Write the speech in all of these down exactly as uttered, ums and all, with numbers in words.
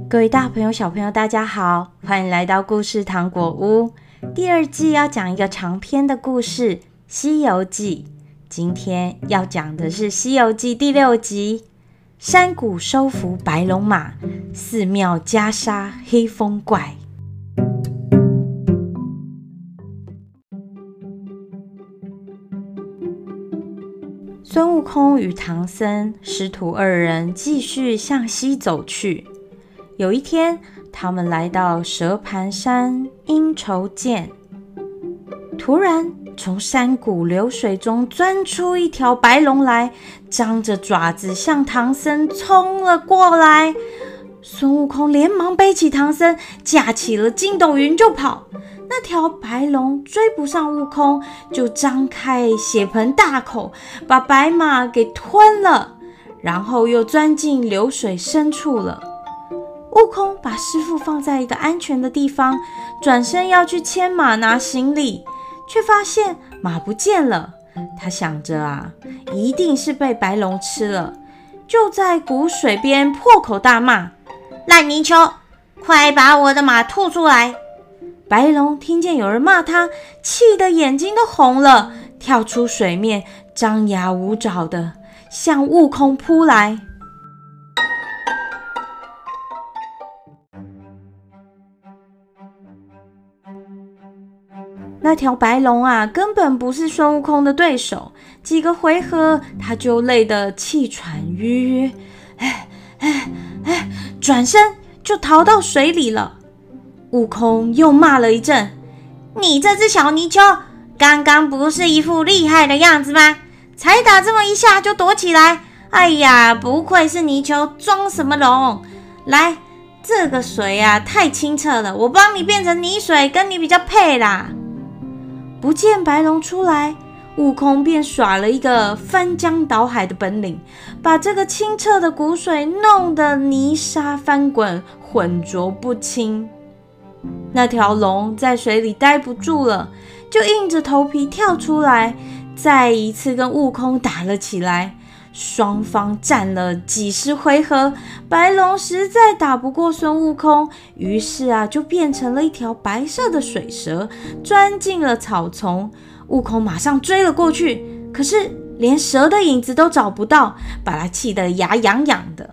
各位大朋友小朋友大家好，欢迎来到故事糖果屋。第二季要讲一个长篇的故事《西游记》，今天要讲的是《西游记》第六集，山谷收服白龙马，寺庙袈裟黑风怪。孙悟空与唐僧师徒二人继续向西走去。有一天，他们来到蛇盘山阴愁涧，突然从山谷流水中钻出一条白龙来，张着爪子向唐僧冲了过来。孙悟空连忙背起唐僧，架起了筋斗云就跑。那条白龙追不上悟空，就张开血盆大口，把白马给吞了，然后又钻进流水深处了。悟空把师父放在一个安全的地方，转身要去牵马拿行李，却发现马不见了。他想着啊，一定是被白龙吃了，就在谷水边破口大骂：烂泥鳅，快把我的马吐出来！白龙听见有人骂他，气得眼睛都红了，跳出水面，张牙舞爪的向悟空扑来。那条白龙啊，根本不是孙悟空的对手，几个回合他就累得气喘吁吁，哎哎哎，转身就逃到水里了。悟空又骂了一阵：你这只小泥鳅，刚刚不是一副厉害的样子吗？才打这么一下就躲起来，哎呀，不愧是泥鳅，装什么龙？来，这个水啊太清澈了，我帮你变成泥水，跟你比较配啦。不见白龙出来，悟空便耍了一个翻江倒海的本领，把这个清澈的谷水弄得泥沙翻滚，浑浊不清。那条龙在水里待不住了，就硬着头皮跳出来，再一次跟悟空打了起来。双方战了几十回合，白龙实在打不过孙悟空，于是啊，就变成了一条白色的水蛇，钻进了草丛。悟空马上追了过去，可是连蛇的影子都找不到，把他气得牙痒痒的。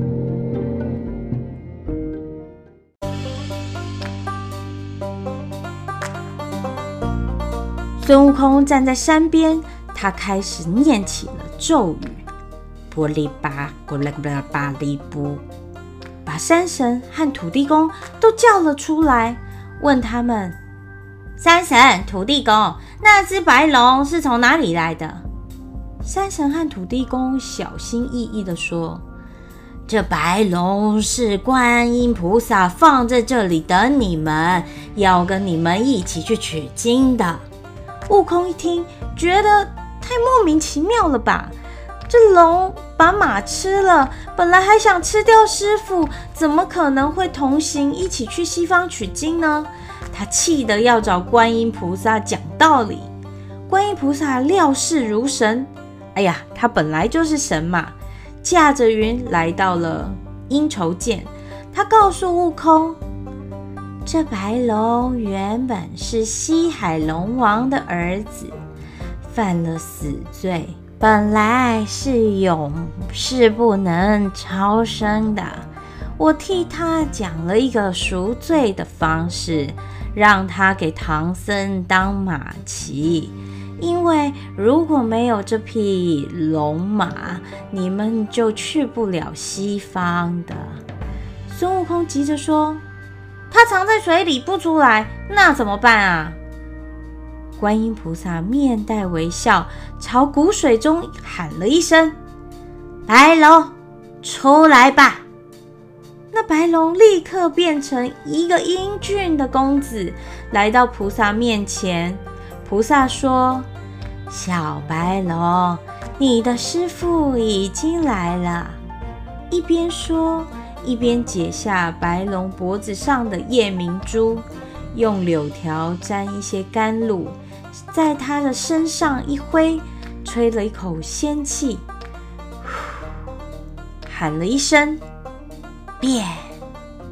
孙悟空站在山边，他开始念起了咒语：波利巴咕啦咕啦巴利布，把山神和土地公都叫了出来，问他们：山神、土地公，那只白龙是从哪里来的？山神和土地公小心翼翼地说：这白龙是观音菩萨放在这里等你们，要跟你们一起去取经的。悟空一听，觉得太莫名其妙了吧，这龙把马吃了，本来还想吃掉师父，怎么可能会同行一起去西方取经呢？他气得要找观音菩萨讲道理。观音菩萨料事如神，哎呀，他本来就是神嘛，驾着云来到了阴愁涧。他告诉悟空，这白龙原本是西海龙王的儿子，犯了死罪，本来是永世不能超生的。我替他讲了一个赎罪的方式，让他给唐僧当马骑，因为如果没有这匹龙马，你们就去不了西方的。孙悟空急着说：他藏在水里不出来，那怎么办啊？观音菩萨面带微笑，朝谷水中喊了一声：白龙，出来吧！那白龙立刻变成一个英俊的公子，来到菩萨面前。菩萨说：小白龙，你的师父已经来了。一边说，一边解下白龙脖子上的夜明珠，用柳条沾一些甘露，在他的身上一挥，吹了一口仙气，喊了一声变，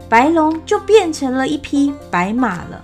白龙就变成了一匹白马了。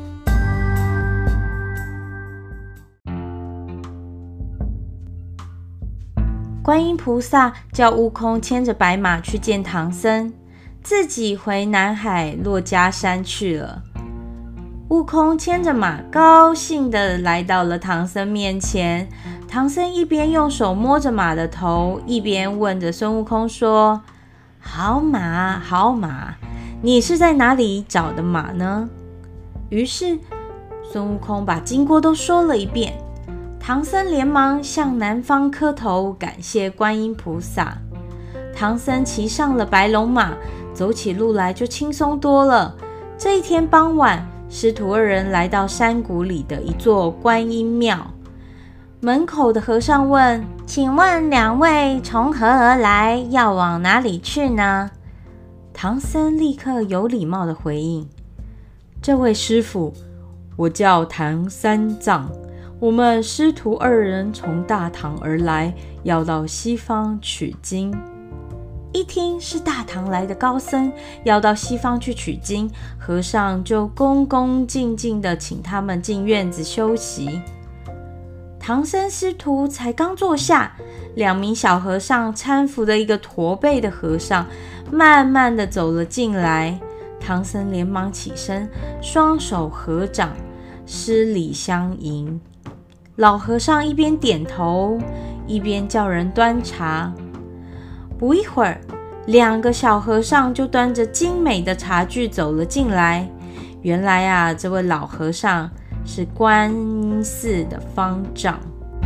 观音菩萨叫悟空牵着白马去见唐僧，自己回南海珞珈山去了。悟空牵着马，高兴地来到了唐僧面前。唐僧一边用手摸着马的头，一边问着孙悟空说：好马，好马，你是在哪里找的马呢？于是孙悟空把经过都说了一遍。唐僧连忙向南方磕头，感谢观音菩萨。唐僧骑上了白龙马，走起路来就轻松多了。这一天傍晚，师徒二人来到山谷里的一座观音庙。门口的和尚问：请问两位从何而来，要往哪里去呢？唐僧立刻有礼貌地回应：这位师父，我叫唐三藏，我们师徒二人从大唐而来，要到西方取经。一听是大唐来的高僧要到西方去取经，和尚就恭恭敬敬地请他们进院子休息。唐僧师徒才刚坐下，两名小和尚搀扶着一个驼背的和尚，慢慢地走了进来。唐僧连忙起身，双手合掌，施礼相迎。老和尚一边点头，一边叫人端茶。不一会儿，两个小和尚就端着精美的茶具走了进来。原来啊，这位老和尚是观音寺的方丈。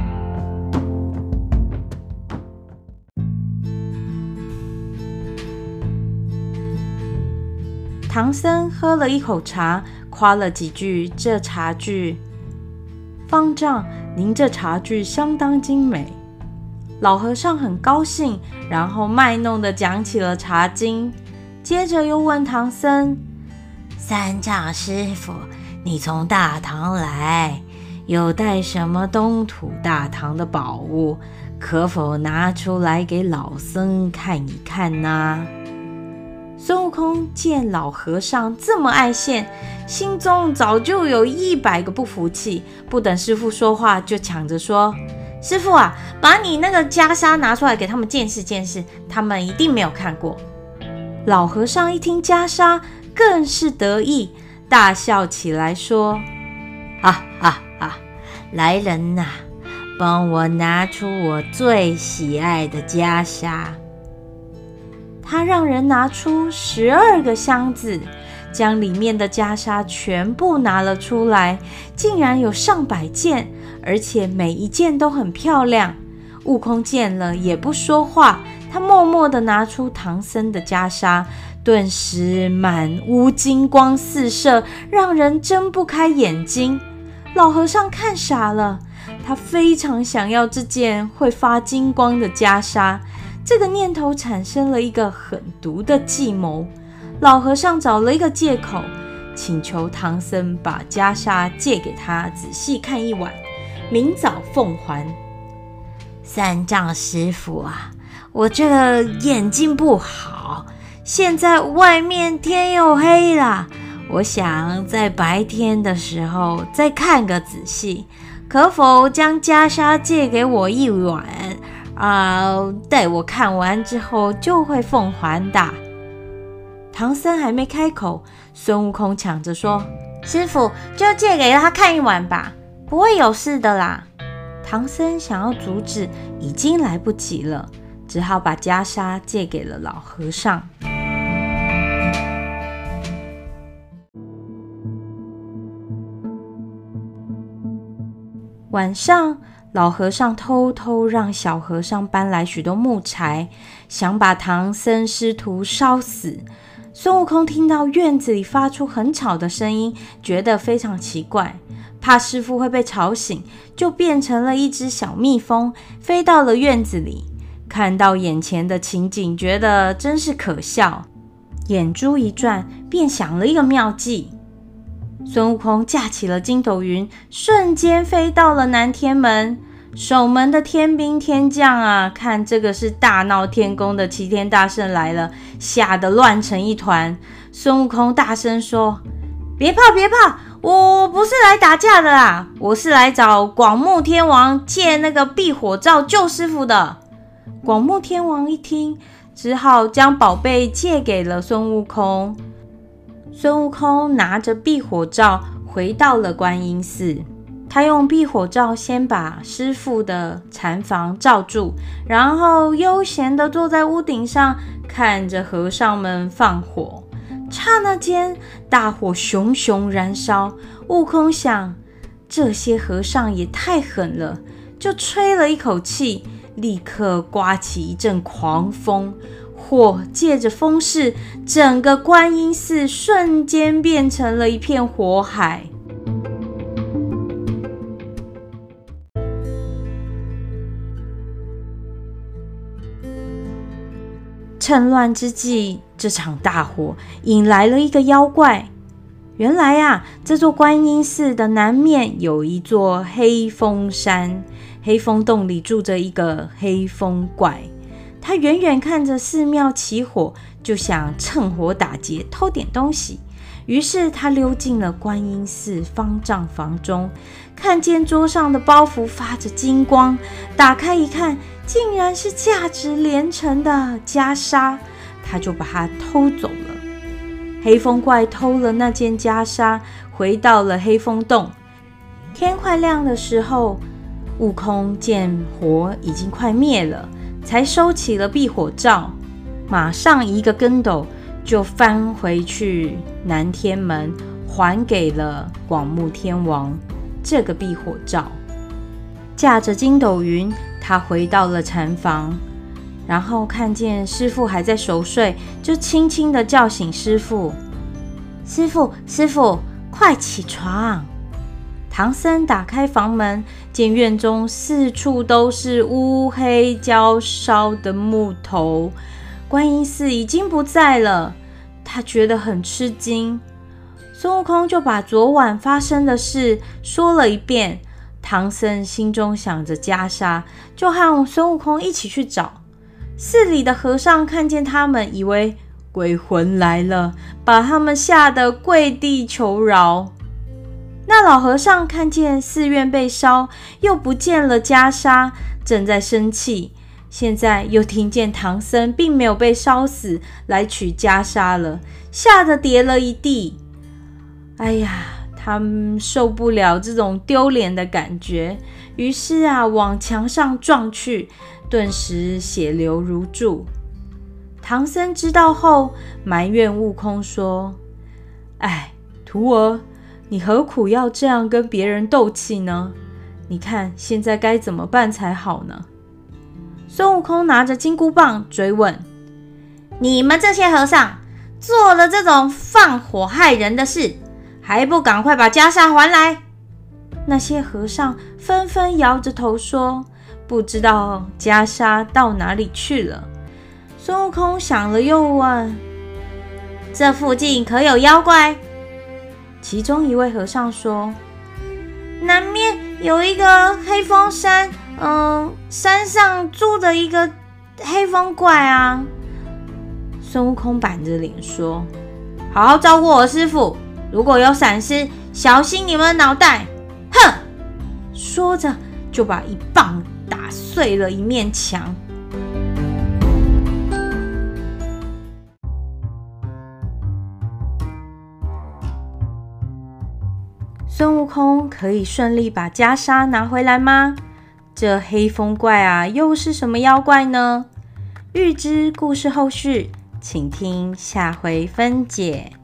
唐僧喝了一口茶，夸了几句这茶具。方丈，您这茶具相当精美。老和尚很高兴，然后卖弄地讲起了茶经。接着又问唐僧：三藏师父，你从大唐来，有带什么东土大唐的宝物，可否拿出来给老僧看一看呢？孙悟空见老和尚这么爱现，心中早就有一百个不服气，不等师父说话，就抢着说：师父啊，把你那个袈裟拿出来给他们见识见识，他们一定没有看过。老和尚一听袈裟，更是得意，大笑起来说：哈哈哈，来人呐，帮我拿出我最喜爱的袈裟。他让人拿出十二个箱子，将里面的袈裟全部拿了出来，竟然有上百件，而且每一件都很漂亮。悟空见了也不说话，他默默地拿出唐僧的袈裟，顿时满屋金光四射，让人睁不开眼睛。老和尚看傻了，他非常想要这件会发金光的袈裟。这个念头产生了一个狠毒的计谋。老和尚找了一个借口，请求唐僧把袈裟借给他仔细看一晚，明早奉还。三藏师父啊，我这个眼睛不好，现在外面天又黑了，我想在白天的时候再看个仔细，可否将袈裟借给我一晚啊，待我看完之后就会奉还的。唐僧还没开口，孙悟空抢着说：师父，就借给他看一晚吧，不会有事的啦。唐僧想要阻止，已经来不及了，只好把袈裟借给了老和尚。晚上，老和尚偷偷让小和尚搬来许多木柴，想把唐僧师徒烧死。孙悟空听到院子里发出很吵的声音，觉得非常奇怪，怕师父会被吵醒，就变成了一只小蜜蜂，飞到了院子里。看到眼前的情景，觉得真是可笑，眼珠一转，便想了一个妙计。孙悟空架起了筋斗云，瞬间飞到了南天门。 守门的天兵天将啊，看这个是大闹天宫的齐天大圣来了，吓得乱成一团。孙悟空大声说：别怕别怕，我不是来打架的啦，我是来找广目天王借那个避火罩救师傅的。广目天王一听，只好将宝贝借给了孙悟空。孙悟空拿着避火罩回到了观音寺，他用避火罩先把师父的禅房罩住，然后悠闲地坐在屋顶上看着和尚们放火。刹那间，大火熊熊燃烧。悟空想，这些和尚也太狠了，就吹了一口气，立刻刮起一阵狂风，火借着风势，整个观音寺瞬间变成了一片火海。趁乱之际，这场大火引来了一个妖怪。原来啊，这座观音寺的南面有一座黑风山，黑风洞里住着一个黑风怪。他远远看着寺庙起火，就想趁火打劫，偷点东西。于是他溜进了观音寺方丈房中，看见桌上的包袱发着金光，打开一看，竟然是价值连城的袈裟，他就把它偷走了。黑风怪偷了那件袈裟，回到了黑风洞。天快亮的时候，悟空见火已经快灭了，才收起了避火罩，马上一个跟斗就翻回去南天门，还给了广目天王这个避火罩。驾着筋斗云，他回到了禅房，然后看见师父还在熟睡，就轻轻地叫醒师父：师父师父，快起床！唐僧打开房门，见院中四处都是乌黑焦烧的木头，观音寺已经不在了。他觉得很吃惊。孙悟空就把昨晚发生的事说了一遍。唐僧心中想着袈裟，就和孙悟空一起去找。寺里的和尚看见他们，以为鬼魂来了，把他们吓得跪地求饶。那老和尚看见寺院被烧，又不见了袈裟，正在生气。现在又听见唐僧并没有被烧死，来取袈裟了，吓得跌了一地。哎呀，他们受不了这种丢脸的感觉，于是啊，往墙上撞去，顿时血流如注。唐僧知道后，埋怨悟空说：哎，徒儿，你何苦要这样跟别人斗气呢？你看现在该怎么办才好呢？孙悟空拿着金箍棒追问：你们这些和尚做了这种放火害人的事，还不赶快把袈裟还来？那些和尚纷纷摇着头说：不知道袈裟到哪里去了。孙悟空想了又问：这附近可有妖怪？其中一位和尚说：南面有一个黑风山，嗯，山上住着一个黑风怪啊。孙悟空板着脸说：好好照顾我师父，如果有闪失，小心你们的脑袋！哼！说着就把一棒打碎了一面墙。孙悟空可以顺利把袈裟拿回来吗？这黑风怪啊，又是什么妖怪呢？欲知故事后续，请听下回分解。